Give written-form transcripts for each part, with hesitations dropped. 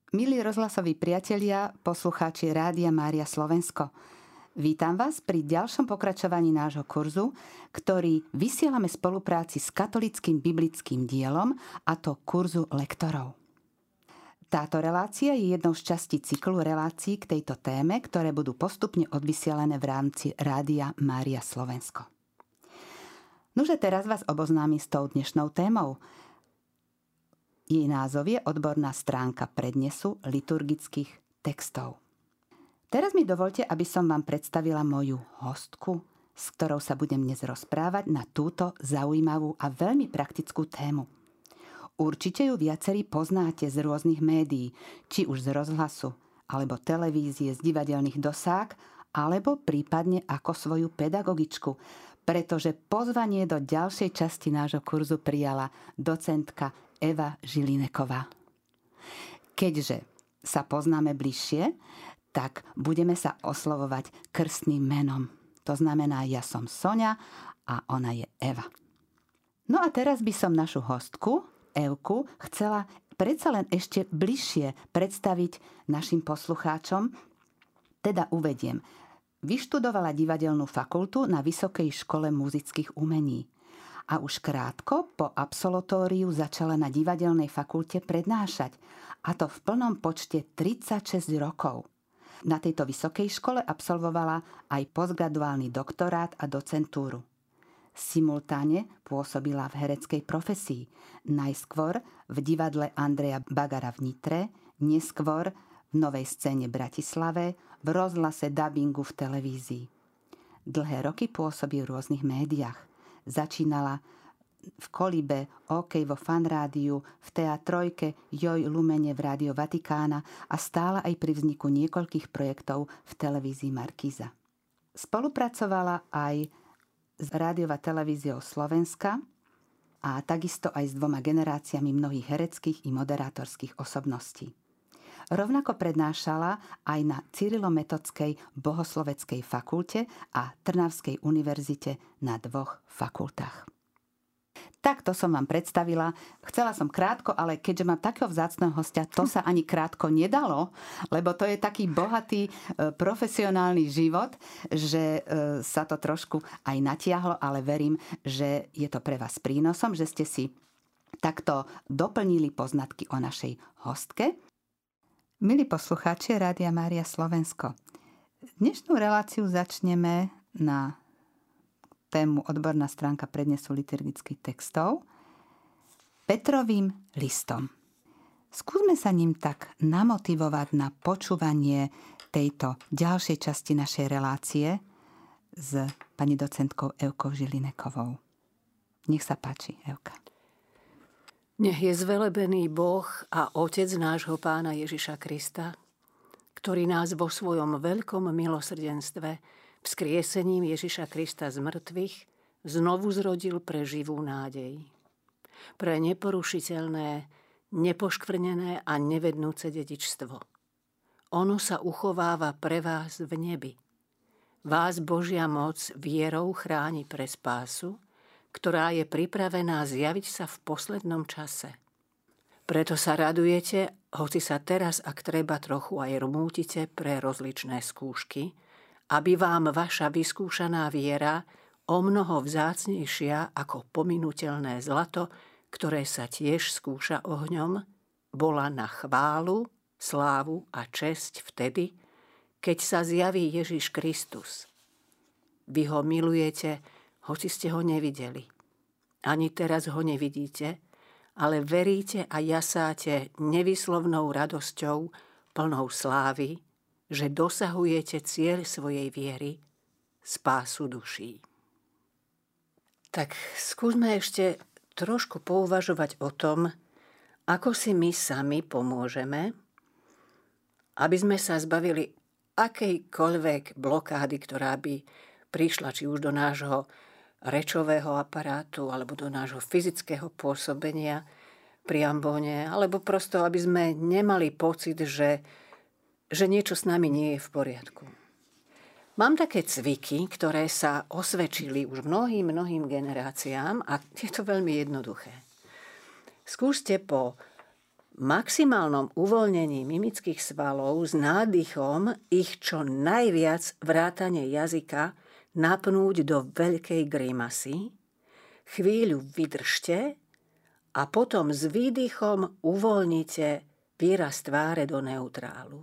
Milí rozhlasoví priatelia, poslucháči Rádia Mária Slovensko. Vítam vás pri ďalšom pokračovaní nášho kurzu, ktorý vysielame v spolupráci s Katolickým biblickým dielom, a to kurzu lektorov. Táto relácia je jednou z častí cyklu relácií k tejto téme, ktoré budú postupne odvysielané v rámci Rádia Mária Slovensko. Nože teraz vás oboznámim s tou dnešnou témou. Jej názov je odborná stránka prednesu liturgických textov. Teraz mi dovoľte, aby som vám predstavila moju hostku, s ktorou sa budem dnes rozprávať na túto zaujímavú a veľmi praktickú tému. Určite ju viacerí poznáte z rôznych médií, či už z rozhlasu, alebo televízie, z divadelných dosák, alebo prípadne ako svoju pedagogičku, pretože pozvanie do ďalšej časti nášho kurzu prijala docentka Eva Žilineková. Keďže sa poznáme bližšie, tak budeme sa oslovovať krstným menom. To znamená, ja som Soňa a ona je Eva. No a teraz by som našu hostku, Evku, chcela predsa len ešte bližšie predstaviť našim poslucháčom. Teda uvediem. Vyštudovala divadelnú fakultu na Vysokej škole muzických umení. A už krátko po absolutóriu začala na divadelnej fakulte prednášať. A to v plnom počte 36 rokov. Na tejto vysokej škole absolvovala aj postgraduálny doktorát a docentúru. Simultáne pôsobila v hereckej profesii. Najskôr v divadle Andreja Bagara v Nitre, neskôr v Novej scéne v Bratislave, v rozhlase dabingu v televízii. Dlhé roky pôsobí v rôznych médiách. Začínala v Kolibe, OK vo Fanrádiu, v Teatrojke, Joj Lumene v Rádio Vatikána a stála aj pri vzniku niekoľkých projektov v televízii Markíza. Spolupracovala aj s Rádiou a televíziou Slovenska a takisto aj s 2 generáciami mnohých hereckých i moderátorských osobností. Rovnako prednášala aj na Cyrilometodskej bohosloveckej fakulte a Trnavskej univerzite na 2 fakultách. Tak to som vám predstavila. Chcela som krátko, ale keďže mám takého vzácneho hostia, to sa ani krátko nedalo, lebo to je taký bohatý profesionálny život, že sa to trošku aj natiahlo, ale verím, že je to pre vás prínosom, že ste si takto doplnili poznatky o našej hostke. Milí poslucháči Rádia Mária Slovensko, dnešnú reláciu začneme na tému odborná stránka prednesu liturgických textov Petrovým listom. Skúsme sa ním tak namotivovať na počúvanie tejto ďalšej časti našej relácie s pani docentkou Evkou Žilinekovou. Nech sa páči, Evka. Nech je zvelebený Boh a Otec nášho Pána Ježiša Krista, ktorý nás vo svojom veľkom milosrdenstve vzkriesením Ježiša Krista z mŕtvych znovu zrodil pre živú nádej. Pre neporušiteľné, nepoškvrnené a nevednúce dedičstvo. Ono sa uchováva pre vás v nebi. Vás Božia moc vierou chráni pre spásu, ktorá je pripravená zjaviť sa v poslednom čase. Preto sa radujete, hoci sa teraz, ak treba, trochu aj rmútite pre rozličné skúšky, aby vám vaša vyskúšaná viera, omnoho vzácnejšia ako pominuteľné zlato, ktoré sa tiež skúša ohňom, bola na chválu, slávu a česť vtedy, keď sa zjaví Ježiš Kristus. Vy ho milujete, hoci ste ho nevideli. Ani teraz ho nevidíte, ale veríte a jasáte nevyslovnou radosťou, plnou slávy, že dosahujete cieľ svojej viery, spásu duší. Tak skúsme ešte trošku pouvažovať o tom, ako si my sami pomôžeme, aby sme sa zbavili akejkoľvek blokády, ktorá by prišla či už do nášho rečového aparátu alebo do nášho fyzického pôsobenia pri ambóne, alebo prosto, aby sme nemali pocit, že niečo s nami nie je v poriadku. Mám také cviky, ktoré sa osvedčili už mnohým generáciám a je to veľmi jednoduché. Skúste po maximálnom uvoľnení mimických svalov s nádychom ich čo najviac vrátane jazyka napnúť do veľkej grimasy, chvíľu vydržte a potom s výdychom uvoľnite výraz tváre do neutrálu.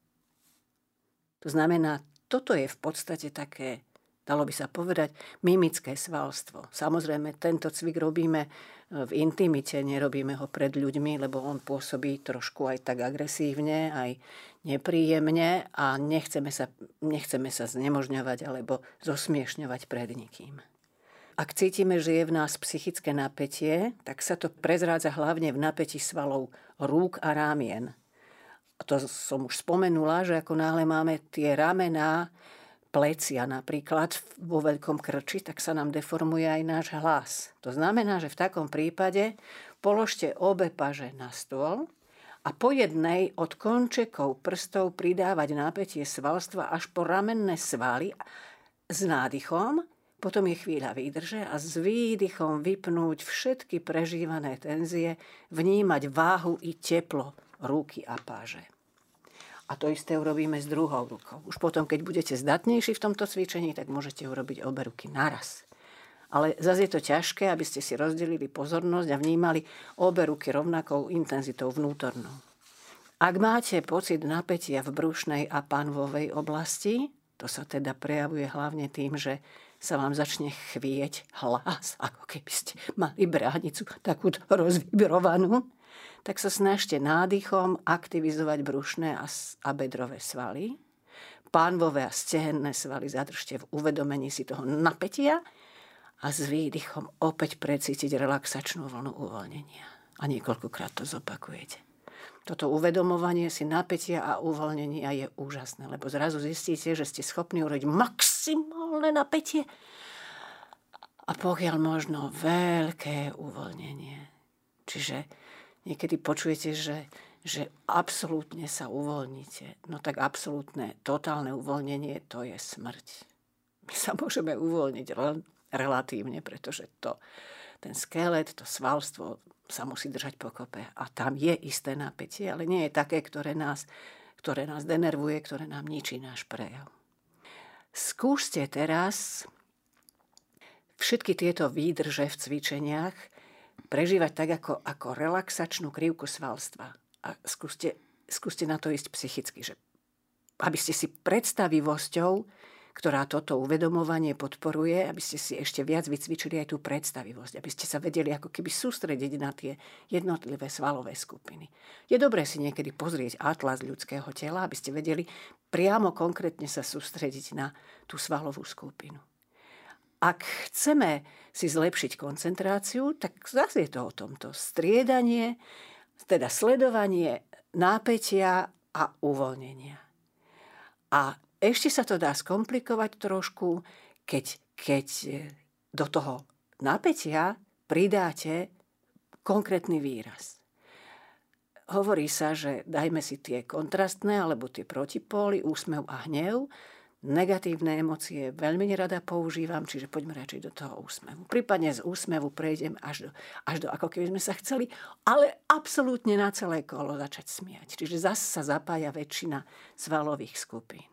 To znamená, toto je v podstate také, dalo by sa povedať, mimické svalstvo. Samozrejme, tento cvik robíme v intimite, nerobíme ho pred ľuďmi, lebo on pôsobí trošku aj tak agresívne, aj nepríjemne a nechceme sa znemožňovať alebo zosmiešňovať pred nikým. Ak cítime, že je v nás psychické napätie, tak sa to prezrádza hlavne v napätí svalov rúk a rámien. A to som už spomenula, že ako náhle máme tie ramená, plecia napríklad vo veľkom krči, tak sa nám deformuje aj náš hlas. To znamená, že v takom prípade položte obe paže na stôl a po jednej od končekov prstov pridávať napätie svalstva až po ramenné svaly s nádychom, potom je chvíľa výdrže a s výdychom vypnúť všetky prežívané tenzie, vnímať váhu i teplo ruky a páže. A to isté urobíme s druhou rukou. Už potom, keď budete zdatnejší v tomto cvičení, tak môžete urobiť obe ruky naraz. Ale zase je to ťažké, aby ste si rozdelili pozornosť a vnímali obe ruky rovnakou intenzitou vnútornou. Ak máte pocit napätia v brušnej a panvovej oblasti, to sa teda prejavuje hlavne tým, že sa vám začne chvieť hlas, ako keby ste mali bránicu takúto rozvibrovanú, tak sa snažte nádychom aktivizovať brušné a bedrové svaly. Pánvové a stehenné svaly zadržte v uvedomení si toho napätia a s výdychom opäť precítiť relaxačnú vlnu uvoľnenia. A niekoľkokrát to zopakujete. Toto uvedomovanie si napätia a uvoľnenia je úžasné, lebo zrazu zistíte, že ste schopní urobiť maximálne napätie a pokiaľ možno veľké uvoľnenie. Čiže niekedy počujete, že absolútne sa uvoľníte. No tak absolútne, totálne uvoľnenie, to je smrť. My sa môžeme uvoľniť relatívne, pretože ten skelet, to svalstvo sa musí držať pokope. A tam je isté napätie, ale nie je také, ktoré nás denervuje, ktoré nám ničí náš prejav. Skúste teraz všetky tieto výdrže v cvičeniach prežívať tak ako relaxačnú krivku svalstva. A skúste na to ísť psychicky, že aby ste si predstavivosťou, ktorá toto uvedomovanie podporuje, aby ste si ešte viac vycvičili aj tú predstavivosť, aby ste sa vedeli ako keby sústrediť na tie jednotlivé svalové skupiny. Je dobré si niekedy pozrieť atlas ľudského tela, aby ste vedeli priamo konkrétne sa sústrediť na tú svalovú skupinu. Ak chceme si zlepšiť koncentráciu, tak zase je to o tomto. Striedanie, teda sledovanie nápätia a uvoľnenia. A ešte sa to dá skomplikovať trošku, keď do toho napätia pridáte konkrétny výraz. Hovorí sa, že dajme si tie kontrastné alebo tie protipóly, úsmev a hnev. Negatívne emócie veľmi nerada používam, čiže poďme radšej do toho úsmevu. Prípadne z úsmevu prejdem až do ako keby sme sa chceli, ale absolútne na celé kolo začať smiať. Čiže zase sa zapája väčšina svalových skupín.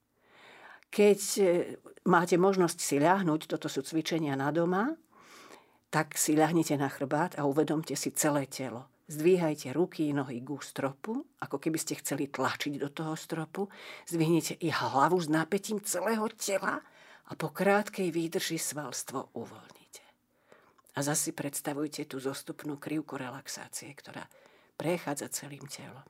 Keď máte možnosť si ľahnuť, toto sú cvičenia na doma, tak si ľahnite na chrbát a uvedomte si celé telo. Zdvíhajte ruky, nohy k stropu, ako keby ste chceli tlačiť do toho stropu. Zdvihnite i hlavu s napätím celého tela a po krátkej výdrži svalstvo uvoľnite. A zase predstavujte tú zostupnú krivku relaxácie, ktorá prechádza celým telom.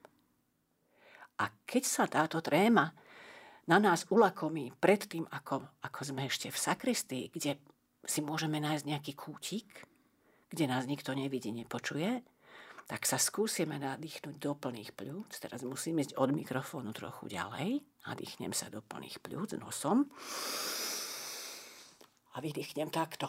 A keď sa táto tréma na nás ulakomí predtým, ako sme ešte v sakristii, kde si môžeme nájsť nejaký kútik, kde nás nikto nevidí, nepočuje, tak sa skúsime nadýchnuť do plných pľúc. Teraz musím ísť od mikrofónu trochu ďalej. Nadýchnem sa do plných pľúc nosom a vydýchnem takto.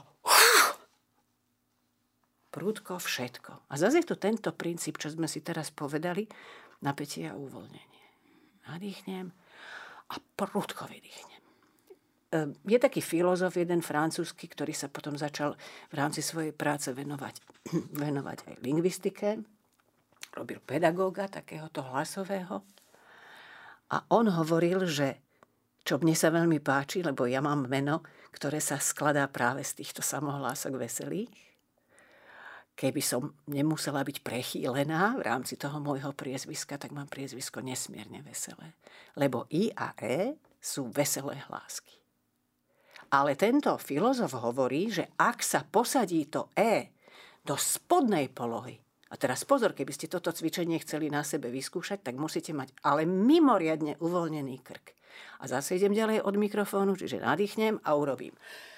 Prudko všetko. A zase je to tento princíp, čo sme si teraz povedali, napätie a uvoľnenie. Nadýchnem a prudko vydýchnem. Je taký filozof, jeden francúzsky, ktorý sa potom začal v rámci svojej práce venovať aj lingvistike. robil pedagóga, takéhoto hlasového. A on hovoril, že čo mne sa veľmi páči, lebo ja mám meno, ktoré sa skladá práve z týchto samohlások veselých. Keby som nemusela byť prechýlená v rámci toho môjho priezviska, tak mám priezvisko nesmierne veselé. Lebo I a E sú veselé hlásky. Ale tento filozof hovorí, že ak sa posadí to E do spodnej polohy, a teraz pozor, keby ste toto cvičenie chceli na sebe vyskúšať, tak musíte mať ale mimoriadne uvoľnený krk. A zase idem ďalej od mikrofónu, čiže nadýchnem a urobím.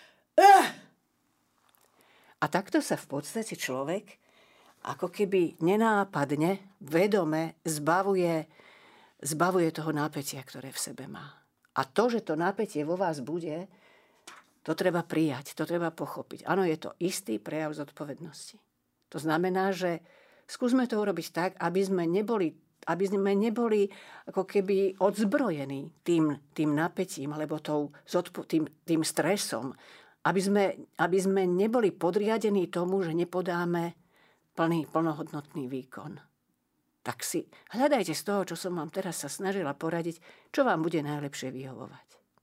A takto sa v podstate človek ako keby nenápadne, vedome zbavuje toho napätia, ktoré v sebe má. A to, že to napätie vo vás bude, to treba prijať, to treba pochopiť. Áno, je to istý prejav zodpovednosti. To znamená, že skúsme to urobiť tak, aby sme neboli ako keby odzbrojení tým napätím alebo tým stresom. Aby sme neboli podriadení tomu, že nepodáme plnohodnotný výkon. Tak si hľadajte z toho, čo som vám teraz sa snažila poradiť, čo vám bude najlepšie vyhovovať.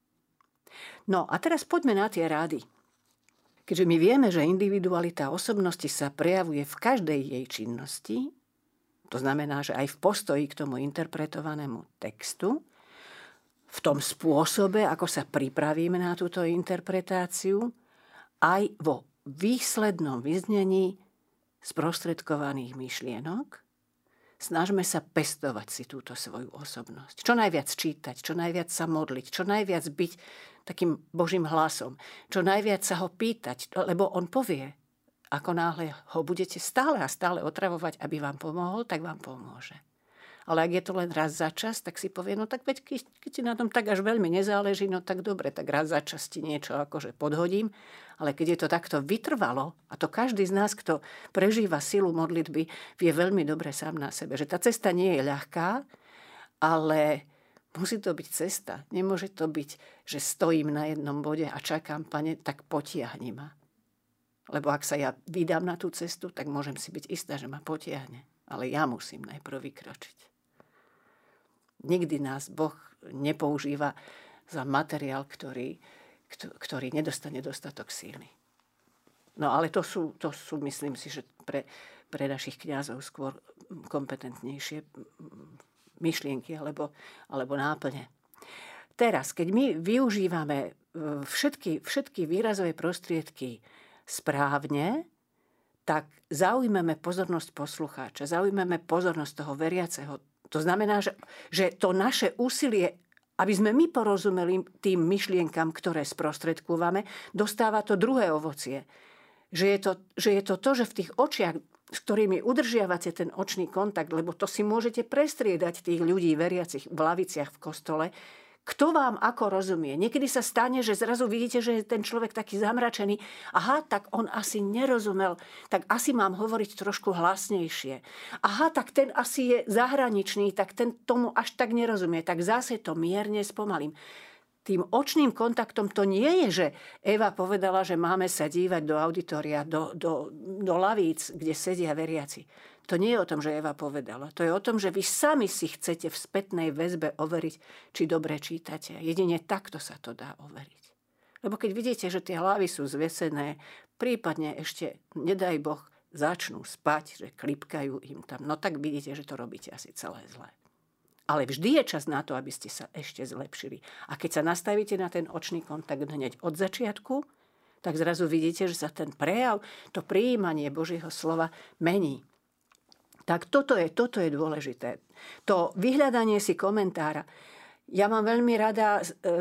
No a teraz poďme na tie rady. Keďže my vieme, že individualita osobnosti sa prejavuje v každej jej činnosti, to znamená, že aj v postoji k tomu interpretovanému textu, v tom spôsobe, ako sa pripravíme na túto interpretáciu, aj vo výslednom vyznení sprostredkovaných myšlienok, snažme sa pestovať si túto svoju osobnosť. Čo najviac čítať, čo najviac sa modliť, čo najviac byť takým Božím hlasom, čo najviac sa ho pýtať, lebo on povie, ako náhle ho budete stále a stále otravovať, aby vám pomohol, tak vám pomôže. Ale ak je to len raz za čas, tak si povie, no tak veď keď ti na tom tak až veľmi nezáleží, no tak dobre, tak raz za čas ti niečo akože podhodím. Ale keď je to takto vytrvalo, a to každý z nás, kto prežíva silu modlitby, vie veľmi dobre sám na sebe, že tá cesta nie je ľahká, ale musí to byť cesta. Nemôže to byť, že stojím na jednom bode a čakám, Pane, tak potiahni ma. Lebo ak sa ja vydám na tú cestu, tak môžem si byť istá, že ma potiahne. Ale ja musím najprv vykročiť. Nikdy nás Boh nepoužíva za materiál, ktorý nedostane dostatok síly. No ale to sú myslím si, že pre našich kňazov skôr kompetentnejšie myšlienky alebo náplne. Teraz, keď my využívame všetky výrazové prostriedky správne, tak zaujmeme pozornosť poslucháča, zaujmeme pozornosť toho veriaceho. To znamená, že to naše úsilie, aby sme my porozumeli tým myšlienkam, ktoré sprostredkúvame, dostáva to druhé ovocie. Že je to, že v tých očiach, s ktorými udržiavate ten očný kontakt, lebo to si môžete prestriedať tých ľudí veriacich v laviciach v kostole, kto vám ako rozumie. Niekedy sa stane, že zrazu vidíte, že je ten človek taký zamračený. Aha, tak on asi nerozumel, tak asi mám hovoriť trošku hlasnejšie. Aha, tak ten asi je zahraničný, tak ten tomu až tak nerozumie. Tak zase to mierne spomalím. Tým očným kontaktom to nie je, že Eva povedala, že máme sa dívať do auditoria, do lavíc, kde sedia veriaci. To nie je o tom, že Eva povedala. To je o tom, že vy sami si chcete v spätnej väzbe overiť, či dobre čítate. Jedine takto sa to dá overiť. Lebo keď vidíte, že tie hlavy sú zvesené, prípadne ešte, nedaj Boh, začnú spať, že klipkajú im tam, no tak vidíte, že to robíte asi celé zlé. Ale vždy je čas na to, aby ste sa ešte zlepšili. A keď sa nastavíte na ten očný kontakt hneď od začiatku, tak zrazu vidíte, že sa ten prejav, to prijímanie Božieho slova mení. Tak toto je dôležité. To vyhľadanie si komentára. Ja mám veľmi rada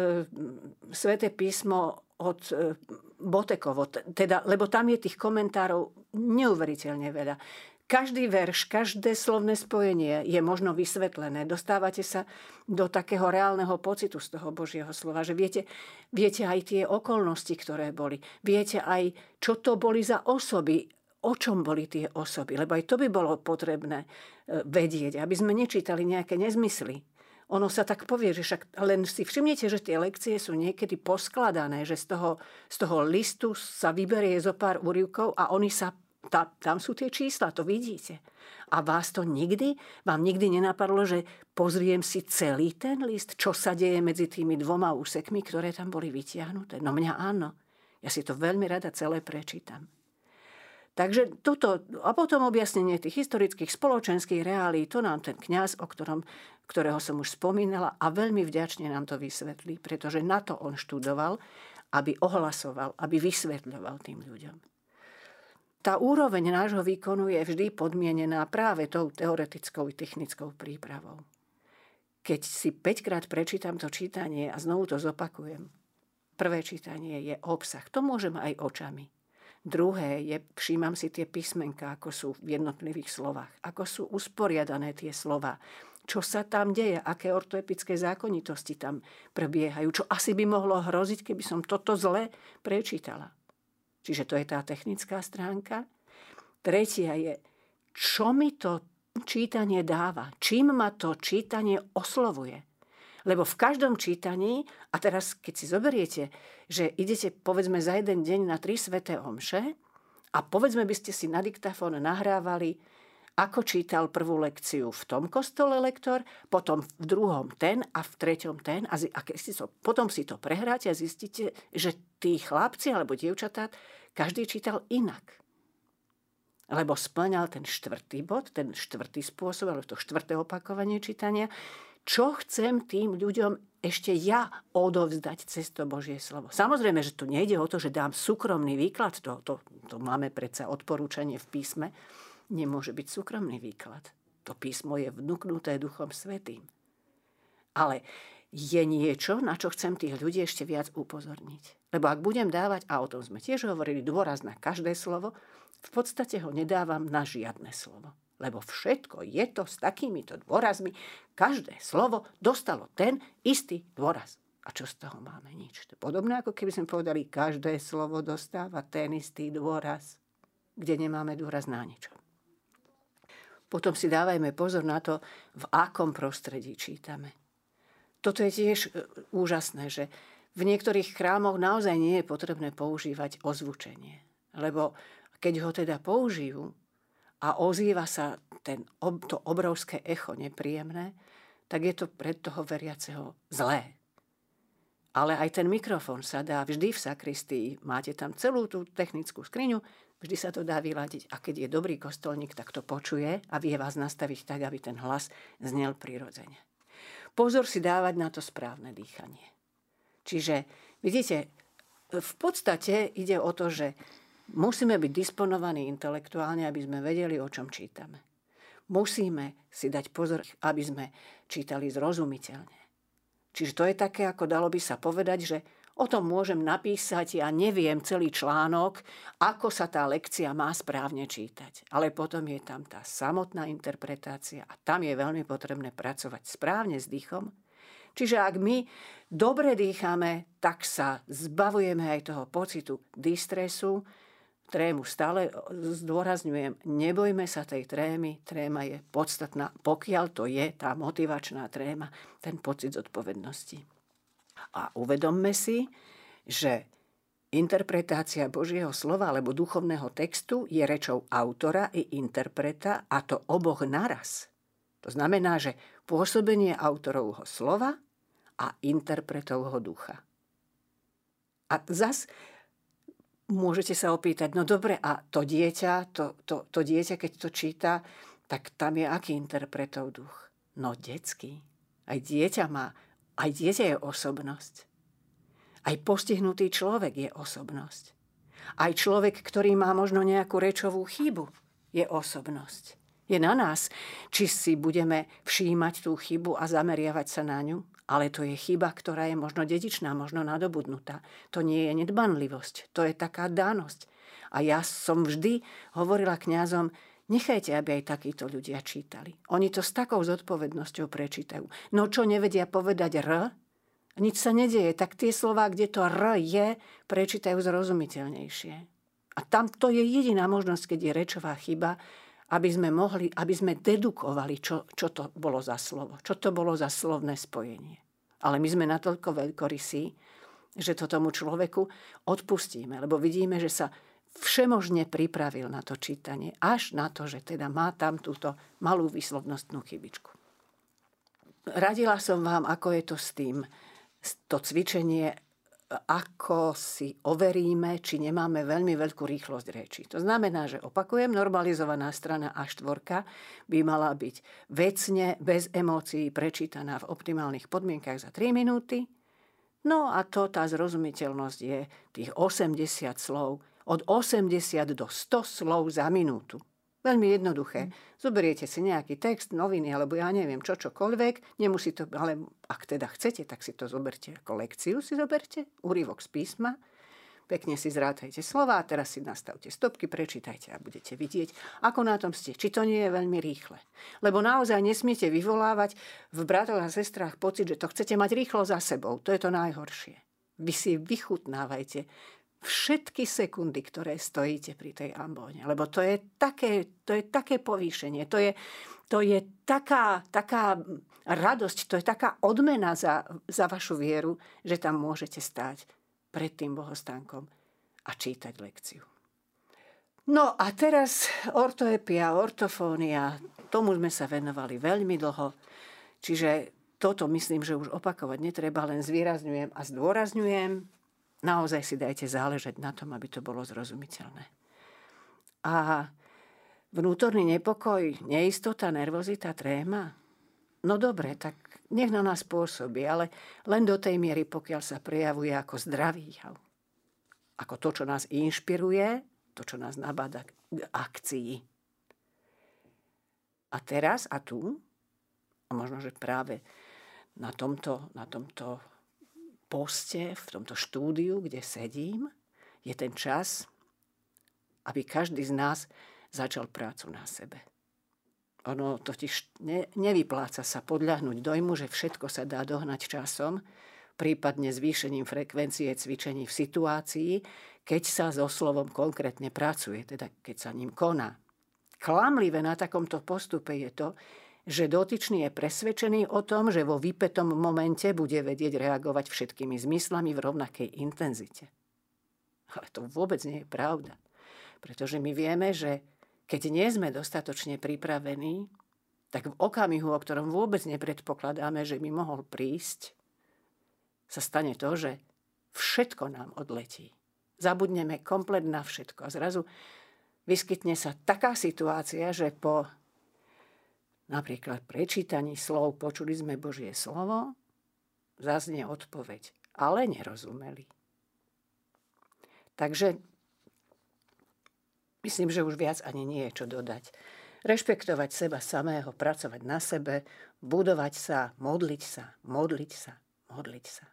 Sväté písmo od Botekovo, lebo tam je tých komentárov neuveriteľne veľa. Každý verš, každé slovné spojenie je možno vysvetlené. Dostávate sa do takého reálneho pocitu z toho Božieho slova, že viete aj tie okolnosti, ktoré boli. Viete aj, čo to boli za osoby, o čom boli tie osoby. Lebo aj to by bolo potrebné vedieť, aby sme nečítali nejaké nezmysly. Ono sa tak povie, že však len si všimnite, že tie lekcie sú niekedy poskladané, že z toho listu sa vyberie zo pár úryvkov a oni sa Tam sú tie čísla, to vidíte. A vám nikdy nenapadlo, že pozriem si celý ten list, čo sa deje medzi tými 2 úsekmi, ktoré tam boli vytiahnuté? No mňa áno. Ja si to veľmi rada celé prečítam. Takže toto, a potom objasnenie tých historických spoločenských reálí, to nám ten kňaz, ktorého som už spomínala, a veľmi vďačne nám to vysvetlí, pretože na to on študoval, aby ohlasoval, aby vysvetľoval tým ľuďom. Tá úroveň nášho výkonu je vždy podmienená práve tou teoretickou i technickou prípravou. Keď si 5-krát prečítam to čítanie a znovu to zopakujem, prvé čítanie je obsah, to môžem aj očami. Druhé je, všímam si tie písmenká, ako sú v jednotlivých slovách, ako sú usporiadané tie slova, čo sa tam deje, aké ortoepické zákonitosti tam prebiehajú, čo asi by mohlo hroziť, keby som toto zle prečítala. Čiže to je tá technická stránka. Tretia je, čo mi to čítanie dáva, čím ma to čítanie oslovuje. Lebo v každom čítaní, a teraz keď si zoberiete, že idete povedzme za jeden deň na 3 sväté omše a povedzme by ste si na diktafón nahrávali, ako čítal prvú lekciu v tom kostole lektor, potom v druhom ten a v treťom ten a potom si to prehráte a zistíte, že tí chlapci alebo dievčatá každý čítal inak. Lebo spĺňal ten 4. bod, ten 4. spôsob, alebo to 4. opakovanie čítania, čo chcem tým ľuďom ešte ja odovzdať cez to Božie slovo. Samozrejme, že tu nejde o to, že dám súkromný výklad, to máme predsa odporúčanie v písme, nemôže byť súkromný výklad. To písmo je vnuknuté Duchom Svätým. Ale je niečo, na čo chcem tých ľudí ešte viac upozorniť. Lebo ak budem dávať, a o tom sme tiež hovorili, dôraz na každé slovo, v podstate ho nedávam na žiadne slovo. Lebo všetko je to s takýmito dôrazmi. Každé slovo dostalo ten istý dôraz. A čo z toho máme? Nič. To je podobné, ako keby sme povedali, každé slovo dostáva ten istý dôraz, kde nemáme dôraz na ničom. Potom si dávajme pozor na to, v akom prostredí čítame. Toto je tiež úžasné, že v niektorých chrámoch naozaj nie je potrebné používať ozvučenie. Lebo keď ho teda použijú, a ozýva sa to obrovské echo nepríjemné, tak je to pre toho veriaceho zlé. Ale aj ten mikrofón sa dá vždy v sakristii. Máte tam celú tú technickú skriňu, vždy sa to dá vyladiť. A keď je dobrý kostolník, tak to počuje a vie vás nastaviť tak, aby ten hlas znel prirodzene. Pozor si dávať na to správne dýchanie. Čiže, vidíte, v podstate ide o to, že musíme byť disponovaní intelektuálne, aby sme vedeli, o čom čítame. Musíme si dať pozor, aby sme čítali zrozumiteľne. Čiže to je také, ako dalo by sa povedať, že o tom môžem napísať, ja neviem celý článok, ako sa tá lekcia má správne čítať. Ale potom je tam tá samotná interpretácia a tam je veľmi potrebné pracovať správne s dýchom. Čiže ak my dobre dýchame, tak sa zbavujeme aj toho pocitu distresu. Trému stále zdôrazňujem, nebojme sa tej trémy, tréma je podstatná, pokiaľ to je tá motivačná tréma, ten pocit zodpovednosti. A uvedomme si, že interpretácia Božieho slova alebo duchovného textu je rečou autora i interpreta, a to oboch naraz. To znamená, že pôsobenie autorovho slova a interpretovho ducha. A zas môžete sa opýtať, no dobre, a to dieťa, to dieťa, keď to číta, tak tam je aký interpretov duch? No detský. Aj dieťa je osobnosť. Aj postihnutý človek je osobnosť. Aj človek, ktorý má možno nejakú rečovú chybu, je osobnosť. Je na nás, či si budeme všímať tú chybu a zameriavať sa na ňu, ale to je chyba, ktorá je možno dedičná, možno nadobudnutá. To nie je nedbanlivosť, to je taká danosť. A ja som vždy hovorila kňazom, nechajte, aby aj takíto ľudia čítali. Oni to s takou zodpovednosťou prečítajú. No čo nevedia povedať R? Nič sa nedieje, tak tie slová, kde to R je, prečítajú zrozumiteľnejšie. A tam to je jediná možnosť, keď je rečová chyba, aby sme dedukovali, čo to bolo za slovo, čo to bolo za slovné spojenie. Ale my sme natoľko veľkorysí, že to tomu človeku odpustíme, lebo vidíme, že sa všemožne pripravil na to čítanie. Až na to, že teda má tam túto malú výslovnostnú chybičku. Radila som vám, ako je to s tým, to cvičenie, ako si overíme, či nemáme veľmi veľkú rýchlosť reči. To znamená, že opakujem, normalizovaná strana A4 by mala byť vecne, bez emócií, prečítaná v optimálnych podmienkach za 3 minúty. No a to tá zrozumiteľnosť je tých 80 slov, od 80 do 100 slov za minútu. Veľmi jednoduché. Zoberiete si nejaký text, noviny, alebo ja neviem, čokoľvek. Nemusí to, ale ak teda chcete, tak si to zoberte ako lekciu, si zoberte, úryvok z písma. Pekne si zrátajte slova a teraz si nastavte stopky, prečítajte a budete vidieť, ako na tom ste. Či to nie je veľmi rýchle. Lebo naozaj nesmiete vyvolávať v bratoch a sestrách pocit, že to chcete mať rýchlo za sebou. To je to najhoršie. Vy si vychutnávajte všetky sekundy, ktoré stojíte pri tej ambóne. Lebo to je také povýšenie, to je taká radosť, to je taká odmena za vašu vieru, že tam môžete stáť pred tým bohostánkom a čítať lekciu. No a teraz ortoepia, ortofónia, tomu sme sa venovali veľmi dlho, čiže toto myslím, že už opakovať netreba, len zvýrazňujem a zdôrazňujem. Naozaj si dajte záležať na tom, aby to bolo zrozumiteľné. A vnútorný nepokoj, neistota, nervozita, tréma? No dobre, tak nech na nás pôsobí, ale len do tej miery, pokiaľ sa prejavuje ako zdravý jav. Ako to, čo nás inšpiruje, to, čo nás nabáda k akcii. A teraz a tu, a možno, že práve na tomto poste, v tomto štúdiu, kde sedím, je ten čas, aby každý z nás začal prácu na sebe. Ono totiž nevypláca sa podľahnúť dojmu, že všetko sa dá dohnať časom, prípadne zvýšením frekvencie cvičení v situácii, keď sa so slovom konkrétne pracuje, teda keď sa ním koná. Klamlivé na takomto postupe je to, že dotyčný je presvedčený o tom, že vo vypätom momente bude vedieť reagovať všetkými zmyslami v rovnakej intenzite. Ale to vôbec nie je pravda. Pretože my vieme, že keď nie sme dostatočne pripravení, tak v okamihu, o ktorom vôbec nepredpokladáme, že by mohol prísť, sa stane to, že všetko nám odletí. Zabudneme komplet na všetko. A zrazu vyskytne sa taká situácia, že po napríklad prečítaní slov počuli sme Božie slovo, zaznie odpoveď, ale nerozumeli. Takže myslím, že už viac ani nie je čo dodať. Rešpektovať seba samého, pracovať na sebe, budovať sa, modliť sa, modliť sa, modliť sa.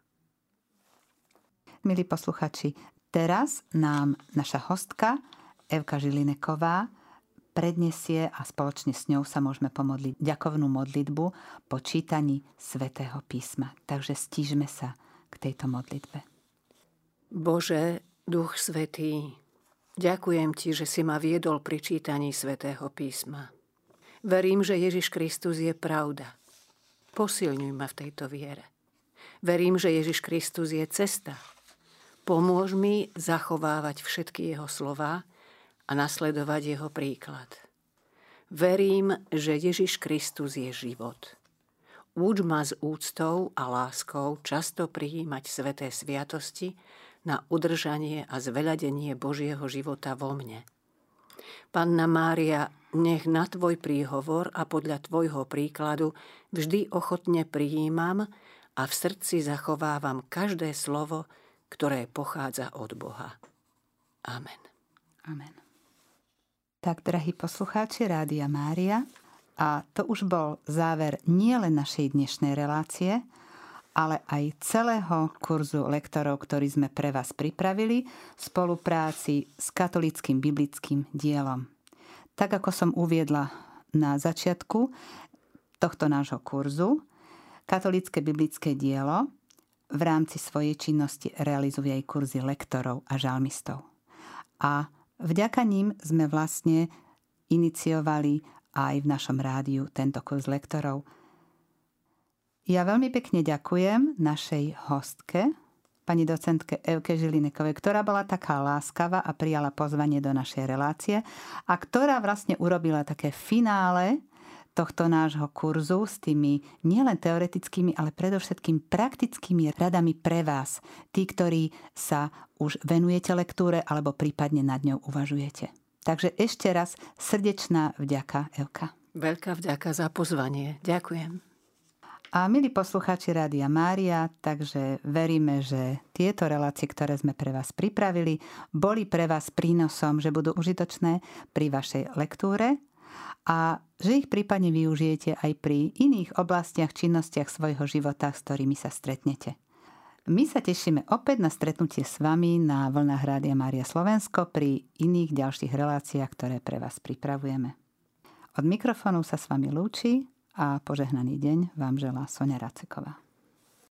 Milí posluchači, teraz nám naša hostka Evka Žilineková predniesie a spoločne s ňou sa môžeme pomodliť ďakovnú modlitbu po čítaní Svätého písma. Takže stížme sa k tejto modlitbe. Bože, Duch Svätý, ďakujem Ti, že si ma viedol pri čítaní Svätého písma. Verím, že Ježiš Kristus je pravda. Posilňuj ma v tejto viere. Verím, že Ježiš Kristus je cesta. Pomôž mi zachovávať všetky jeho slová a nasledovať jeho príklad. Verím, že Ježiš Kristus je život. Uč ma s úctou a láskou často prijímať sväté sviatosti na udržanie a zveľadenie Božieho života vo mne. Panna Mária, nech na Tvoj príhovor a podľa Tvojho príkladu vždy ochotne prijímam a v srdci zachovávam každé slovo, ktoré pochádza od Boha. Amen. Amen. Tak, drahí poslucháči Rádia Mária, a to už bol záver nielen našej dnešnej relácie, ale aj celého kurzu lektorov, ktorý sme pre vás pripravili v spolupráci s Katolíckym biblickým dielom. Tak, ako som uviedla na začiatku tohto nášho kurzu, Katolícke biblické dielo v rámci svojej činnosti realizuje aj kurzy lektorov a žalmistov. A vďaka ním sme vlastne iniciovali aj v našom rádiu tento kurz lektorov. Ja veľmi pekne ďakujem našej hostke, pani docentke Evke Žilinekovej, ktorá bola taká láskavá a prijala pozvanie do našej relácie a ktorá vlastne urobila také finále tohto nášho kurzu s tými nielen teoretickými, ale predovšetkým praktickými radami pre vás, tí, ktorí sa už venujete lektúre alebo prípadne nad ňou uvažujete. Takže ešte raz srdečná vďaka, Evka. Veľká vďaka za pozvanie. Ďakujem. A milí poslucháči Rádia Mária, takže veríme, že tieto relácie, ktoré sme pre vás pripravili, boli pre vás prínosom, že budú užitočné pri vašej lektúre a že ich prípadne využijete aj pri iných oblastiach, činnostiach svojho života, s ktorými sa stretnete. My sa tešíme opäť na stretnutie s vami na vlnách Rádia Mária Slovensko pri iných ďalších reláciách, ktoré pre vás pripravujeme. Od mikrofónu sa s vami lúči a požehnaný deň vám želá Soňa Raceková.